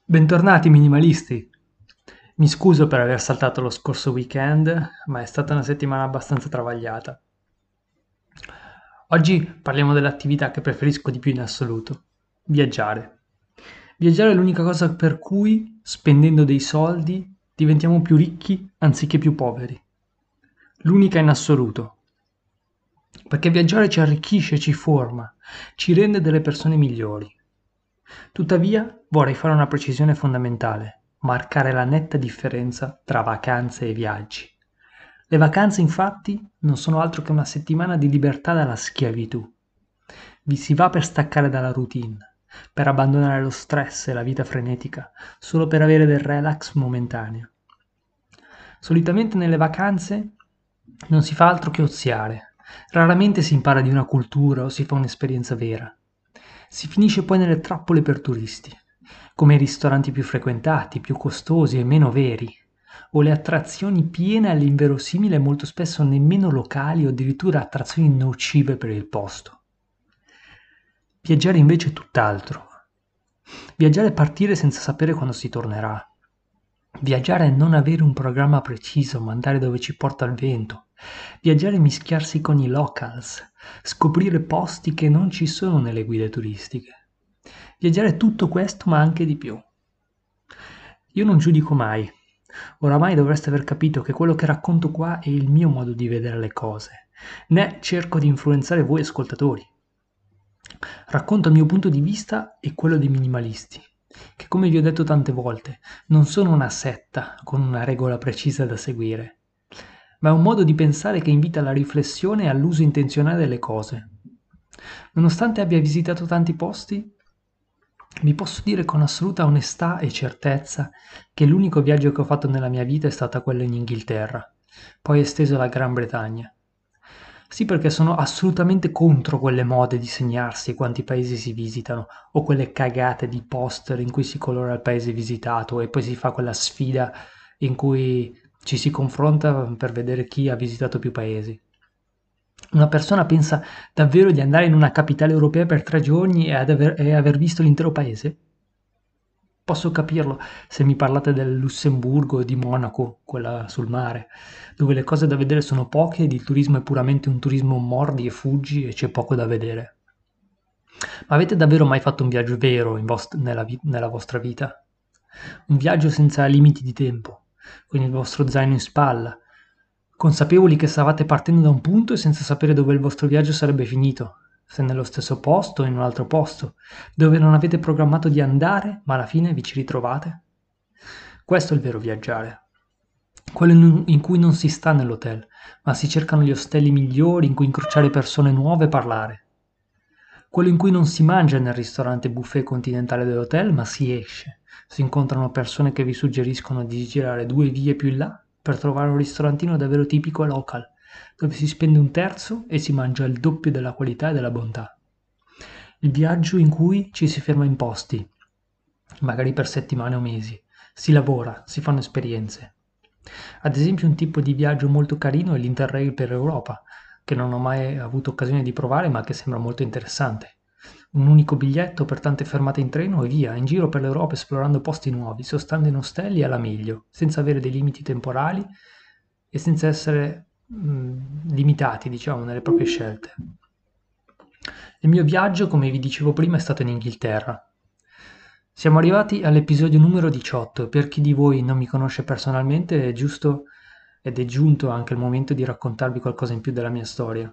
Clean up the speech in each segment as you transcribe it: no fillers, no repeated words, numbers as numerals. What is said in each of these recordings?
Bentornati minimalisti! Mi scuso per aver saltato lo scorso weekend, ma è stata una settimana abbastanza travagliata. Oggi parliamo dell'attività che preferisco di più in assoluto: viaggiare. Viaggiare è l'unica cosa per cui, spendendo dei soldi, diventiamo più ricchi anziché più poveri. L'unica in assoluto. Perché viaggiare ci arricchisce, ci forma, ci rende delle persone migliori. Tuttavia, vorrei fare una precisione fondamentale: marcare la netta differenza tra vacanze e viaggi. Le vacanze, infatti, non sono altro che una settimana di libertà dalla schiavitù. Vi si va per staccare dalla routine, per abbandonare lo stress e la vita frenetica, solo per avere del relax momentaneo. Solitamente nelle vacanze non si fa altro che oziare, raramente si impara di una cultura o si fa un'esperienza vera. Si finisce poi nelle trappole per turisti, come i ristoranti più frequentati, più costosi e meno veri, o le attrazioni piene all'inverosimile e molto spesso nemmeno locali o addirittura attrazioni nocive per il posto. Viaggiare invece è tutt'altro. Viaggiare è partire senza sapere quando si tornerà. Viaggiare è non avere un programma preciso, ma andare dove ci porta il vento. Viaggiare è mischiarsi con i locals, scoprire posti che non ci sono nelle guide turistiche. Viaggiare è tutto questo, ma anche di più. Io non giudico mai. Oramai dovreste aver capito che quello che racconto qua è il mio modo di vedere le cose, né cerco di influenzare voi ascoltatori. Racconto il mio punto di vista e quello dei minimalisti, che come vi ho detto tante volte, non sono una setta con una regola precisa da seguire, ma è un modo di pensare che invita alla riflessione e all'uso intenzionale delle cose. Nonostante abbia visitato tanti posti, vi posso dire con assoluta onestà e certezza che l'unico viaggio che ho fatto nella mia vita è stata quello in Inghilterra, poi esteso alla Gran Bretagna. Sì, perché sono assolutamente contro quelle mode di segnarsi quanti paesi si visitano, o quelle cagate di poster in cui si colora il paese visitato e poi si fa quella sfida in cui ci si confronta per vedere chi ha visitato più paesi. Una persona pensa davvero di andare in una capitale europea per 3 giorni e aver visto l'intero paese? Posso capirlo se mi parlate del Lussemburgo o di Monaco, quella sul mare, dove le cose da vedere sono poche ed il turismo è puramente un turismo mordi e fuggi e c'è poco da vedere. Ma avete davvero mai fatto un viaggio vero nella vostra vita? Un viaggio senza limiti di tempo, con il vostro zaino in spalla, consapevoli che stavate partendo da un punto e senza sapere dove il vostro viaggio sarebbe finito, se nello stesso posto o in un altro posto, dove non avete programmato di andare, ma alla fine vi ci ritrovate? Questo è il vero viaggiare. Quello in cui non si sta nell'hotel, ma si cercano gli ostelli migliori in cui incrociare persone nuove e parlare. Quello in cui non si mangia nel ristorante buffet continentale dell'hotel, ma si esce. Si incontrano persone che vi suggeriscono di girare 2 vie più in là per trovare un ristorantino davvero tipico e local, dove si spende un terzo e si mangia il doppio della qualità e della bontà. Il viaggio in cui ci si ferma in posti, magari per settimane o mesi, si lavora, si fanno esperienze. Ad esempio un tipo di viaggio molto carino è l'Interrail per Europa, che non ho mai avuto occasione di provare ma che sembra molto interessante. Un unico biglietto per tante fermate in treno e via, in giro per l'Europa esplorando posti nuovi, sostando in ostelli alla meglio, senza avere dei limiti temporali e senza essere limitati, diciamo, nelle proprie scelte. Il mio viaggio, come vi dicevo prima, è stato in Inghilterra. Siamo arrivati all'episodio numero 18 e per chi di voi non mi conosce personalmente è giusto ed è giunto anche il momento di raccontarvi qualcosa in più della mia storia.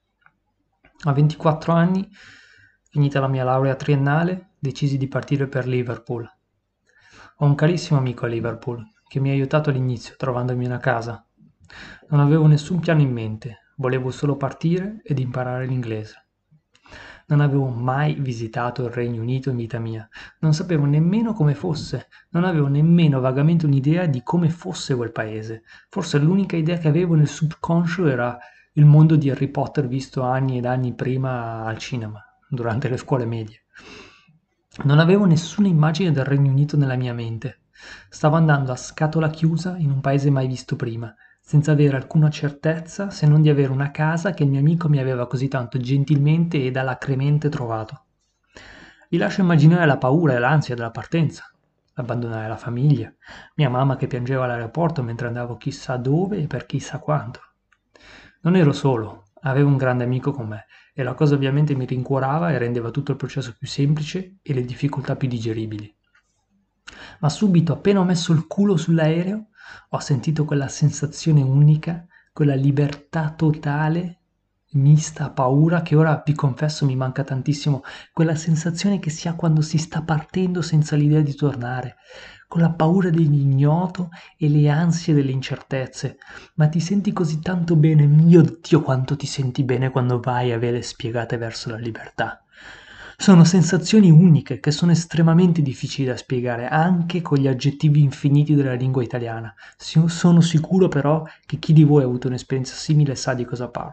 A 24 anni, finita la mia laurea triennale, decisi di partire per Liverpool. Ho un carissimo amico a Liverpool che mi ha aiutato all'inizio trovandomi una casa. Non avevo nessun piano in mente, volevo solo partire ed imparare l'inglese. Non avevo mai visitato il Regno Unito in vita mia, non sapevo nemmeno come fosse, non avevo nemmeno vagamente un'idea di come fosse quel paese. Forse l'unica idea che avevo nel subconscio era il mondo di Harry Potter visto anni ed anni prima al cinema, durante le scuole medie. Non avevo nessuna immagine del Regno Unito nella mia mente. Stavo andando a scatola chiusa in un paese mai visto prima, senza avere alcuna certezza se non di avere una casa che il mio amico mi aveva così tanto gentilmente ed alacremente trovato. Vi lascio immaginare la paura e l'ansia della partenza. abbandonare la famiglia, mia mamma che piangeva all'aeroporto mentre andavo chissà dove e per chissà quanto. Non ero solo, avevo un grande amico con me e la cosa ovviamente mi rincuorava e rendeva tutto il processo più semplice e le difficoltà più digeribili. Ma subito, appena ho messo il culo sull'aereo, ho sentito quella sensazione unica, quella libertà totale, mista a paura, che ora vi confesso mi manca tantissimo, quella sensazione che si ha quando si sta partendo senza l'idea di tornare, con la paura dell'ignoto e le ansie delle incertezze. Ma ti senti così tanto bene, mio Dio quanto ti senti bene quando vai a vele spiegate verso la libertà. Sono sensazioni uniche che sono estremamente difficili da spiegare anche con gli aggettivi infiniti della lingua italiana. Sono sicuro però che chi di voi ha avuto un'esperienza simile sa di cosa parlo.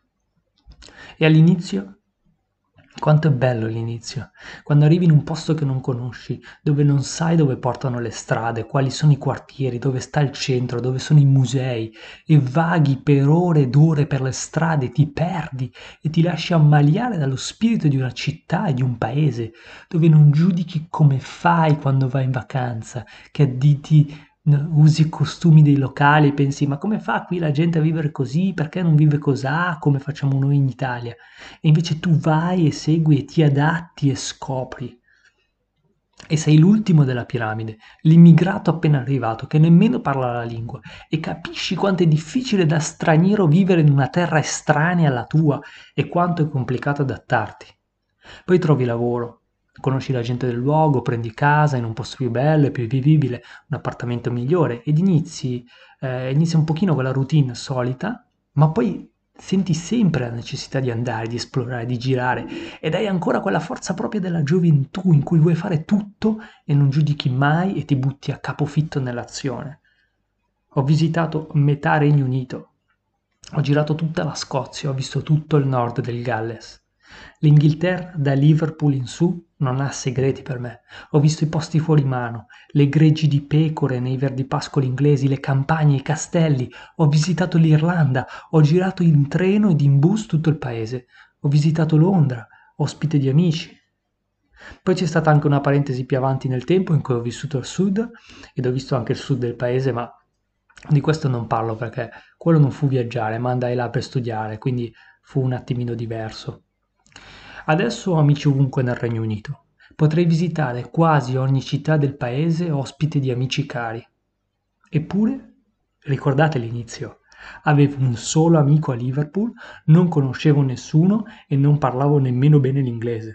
E all'inizio? Quanto è bello l'inizio, quando arrivi in un posto che non conosci, dove non sai dove portano le strade, quali sono i quartieri, dove sta il centro, dove sono i musei, e vaghi per ore ed ore per le strade, ti perdi e ti lasci ammaliare dallo spirito di una città e di un paese, dove non giudichi come fai quando vai in vacanza, che additi usi i costumi dei locali e pensi ma come fa qui la gente a vivere così, perché non vive cosà come facciamo noi in Italia? E invece tu vai e segui e ti adatti e scopri. E sei l'ultimo della piramide, l'immigrato appena arrivato che nemmeno parla la lingua e capisci quanto è difficile da straniero vivere in una terra estranea alla tua e quanto è complicato adattarti. Poi trovi lavoro, conosci la gente del luogo, prendi casa in un posto più bello e più vivibile, un appartamento migliore ed inizi un pochino quella routine solita, ma poi senti sempre la necessità di andare, di esplorare, di girare ed hai ancora quella forza propria della gioventù in cui vuoi fare tutto e non giudichi mai e ti butti a capofitto nell'azione. Ho visitato metà Regno Unito, ho girato tutta la Scozia, ho visto tutto il nord del Galles. L'Inghilterra, da Liverpool in su, non ha segreti per me. Ho visto i posti fuori mano, le greggi di pecore nei verdi pascoli inglesi, le campagne, i castelli. Ho visitato l'Irlanda, ho girato in treno ed in bus tutto il paese. Ho visitato Londra, ospite di amici. Poi c'è stata anche una parentesi più avanti nel tempo in cui ho vissuto al sud ed ho visto anche il sud del paese, ma di questo non parlo perché quello non fu viaggiare, ma andai là per studiare, quindi fu un attimino diverso. Adesso ho amici ovunque nel Regno Unito. Potrei visitare quasi ogni città del paese ospite di amici cari. Eppure, ricordate l'inizio, avevo un solo amico a Liverpool, non conoscevo nessuno e non parlavo nemmeno bene l'inglese.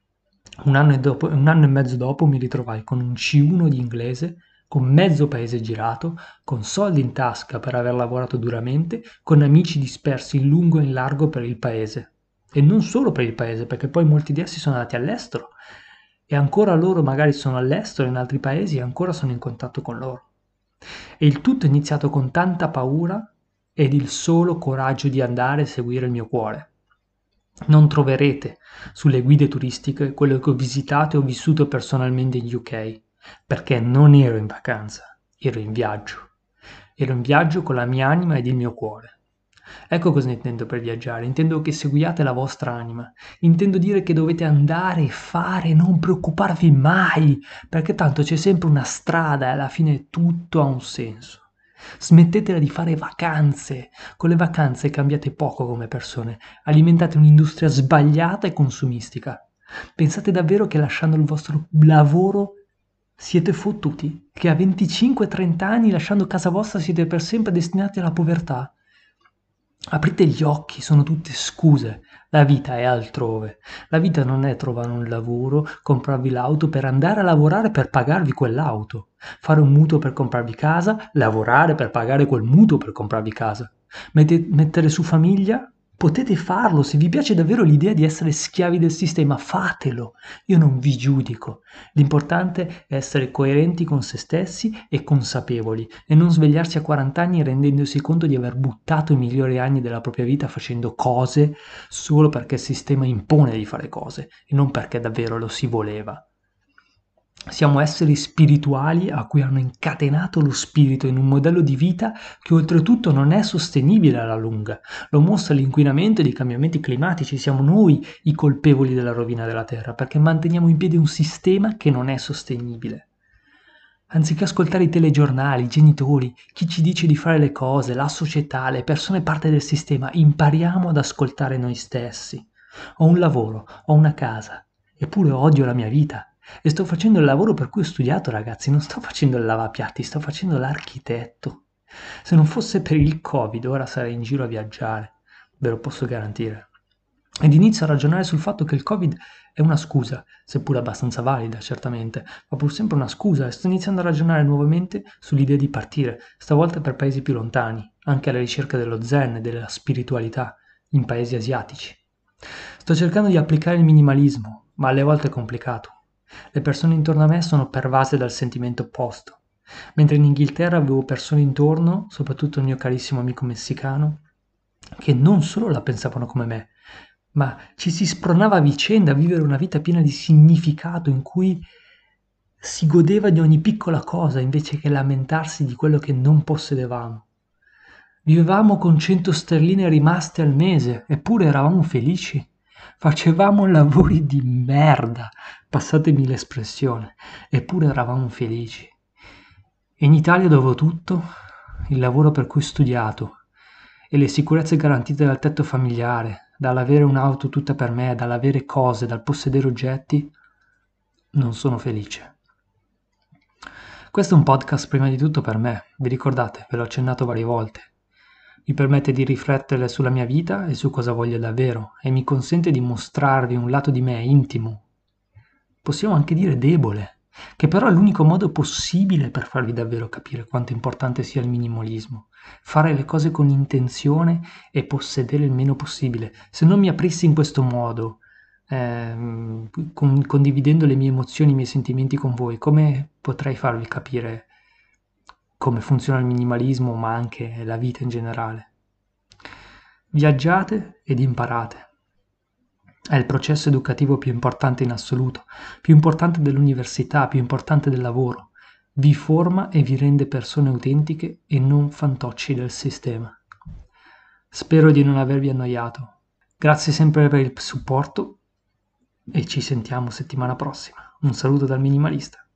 Un anno e mezzo dopo mi ritrovai con un C1 di inglese, con mezzo paese girato, con soldi in tasca per aver lavorato duramente, con amici dispersi in lungo e in largo per il paese. E non solo per il paese, perché poi molti di essi sono andati all'estero e ancora loro magari sono all'estero in altri paesi e ancora sono in contatto con loro. E il tutto è iniziato con tanta paura ed il solo coraggio di andare e seguire il mio cuore. Non troverete sulle guide turistiche quello che ho visitato e ho vissuto personalmente in UK, perché non ero in vacanza, ero in viaggio. Ero in viaggio con la mia anima ed il mio cuore. Ecco cosa intendo per viaggiare, intendo che seguiate la vostra anima, intendo dire che dovete andare e fare e non preoccuparvi mai, perché tanto c'è sempre una strada e alla fine tutto ha un senso. Smettetela di fare vacanze, con le vacanze cambiate poco come persone, alimentate un'industria sbagliata e consumistica. Pensate davvero che lasciando il vostro lavoro siete fottuti? Che a 25-30 anni lasciando casa vostra siete per sempre destinati alla povertà? Aprite gli occhi, sono tutte scuse. La vita è altrove. La vita non è trovare un lavoro, comprarvi l'auto per andare a lavorare per pagarvi quell'auto, fare un mutuo per comprarvi casa, lavorare per pagare quel mutuo per comprarvi casa. Mettere su famiglia? Potete farlo, se vi piace davvero l'idea di essere schiavi del sistema, fatelo. Io non vi giudico. L'importante è essere coerenti con se stessi e consapevoli e non svegliarsi a 40 anni rendendosi conto di aver buttato i migliori anni della propria vita facendo cose solo perché il sistema impone di fare cose e non perché davvero lo si voleva. Siamo esseri spirituali a cui hanno incatenato lo spirito in un modello di vita che oltretutto non è sostenibile alla lunga. Lo mostra l'inquinamento ed i cambiamenti climatici. Siamo noi i colpevoli della rovina della Terra perché manteniamo in piedi un sistema che non è sostenibile. Anziché ascoltare i telegiornali, i genitori, chi ci dice di fare le cose, la società, le persone parte del sistema, impariamo ad ascoltare noi stessi. Ho un lavoro, ho una casa, eppure odio la mia vita. E sto facendo il lavoro per cui ho studiato, ragazzi, non sto facendo il lavapiatti, sto facendo l'architetto. Se non fosse per il Covid, ora sarei in giro a viaggiare, ve lo posso garantire. Ed inizio a ragionare sul fatto che il Covid è una scusa, seppur abbastanza valida, certamente, ma pur sempre una scusa, e sto iniziando a ragionare nuovamente sull'idea di partire, stavolta per paesi più lontani, anche alla ricerca dello zen e della spiritualità, in paesi asiatici. Sto cercando di applicare il minimalismo, ma alle volte è complicato. Le persone intorno a me sono pervase dal sentimento opposto. Mentre in Inghilterra avevo persone intorno, soprattutto il mio carissimo amico messicano, che non solo la pensavano come me, ma ci si spronava a vicenda a vivere una vita piena di significato in cui si godeva di ogni piccola cosa invece che lamentarsi di quello che non possedevamo. Vivevamo con 100 sterline rimaste al mese, eppure eravamo felici. Facevamo lavori di merda, passatemi l'espressione, eppure eravamo felici. E in Italia dove ho tutto, il lavoro per cui ho studiato e le sicurezze garantite dal tetto familiare, dall'avere un'auto tutta per me, dall'avere cose, dal possedere oggetti, non sono felice. Questo è un podcast prima di tutto per me, vi ricordate, ve l'ho accennato varie volte. Mi permette di riflettere sulla mia vita e su cosa voglio davvero e mi consente di mostrarvi un lato di me intimo, possiamo anche dire debole, che però è l'unico modo possibile per farvi davvero capire quanto importante sia il minimalismo. Fare le cose con intenzione e possedere il meno possibile. Se non mi aprissi in questo modo, condividendo le mie emozioni, i miei sentimenti con voi, come potrei farvi capire come funziona il minimalismo, ma anche la vita in generale? Viaggiate ed imparate. È il processo educativo più importante in assoluto, più importante dell'università, più importante del lavoro. Vi forma e vi rende persone autentiche e non fantocci del sistema. Spero di non avervi annoiato. Grazie sempre per il supporto e ci sentiamo settimana prossima. Un saluto dal minimalista.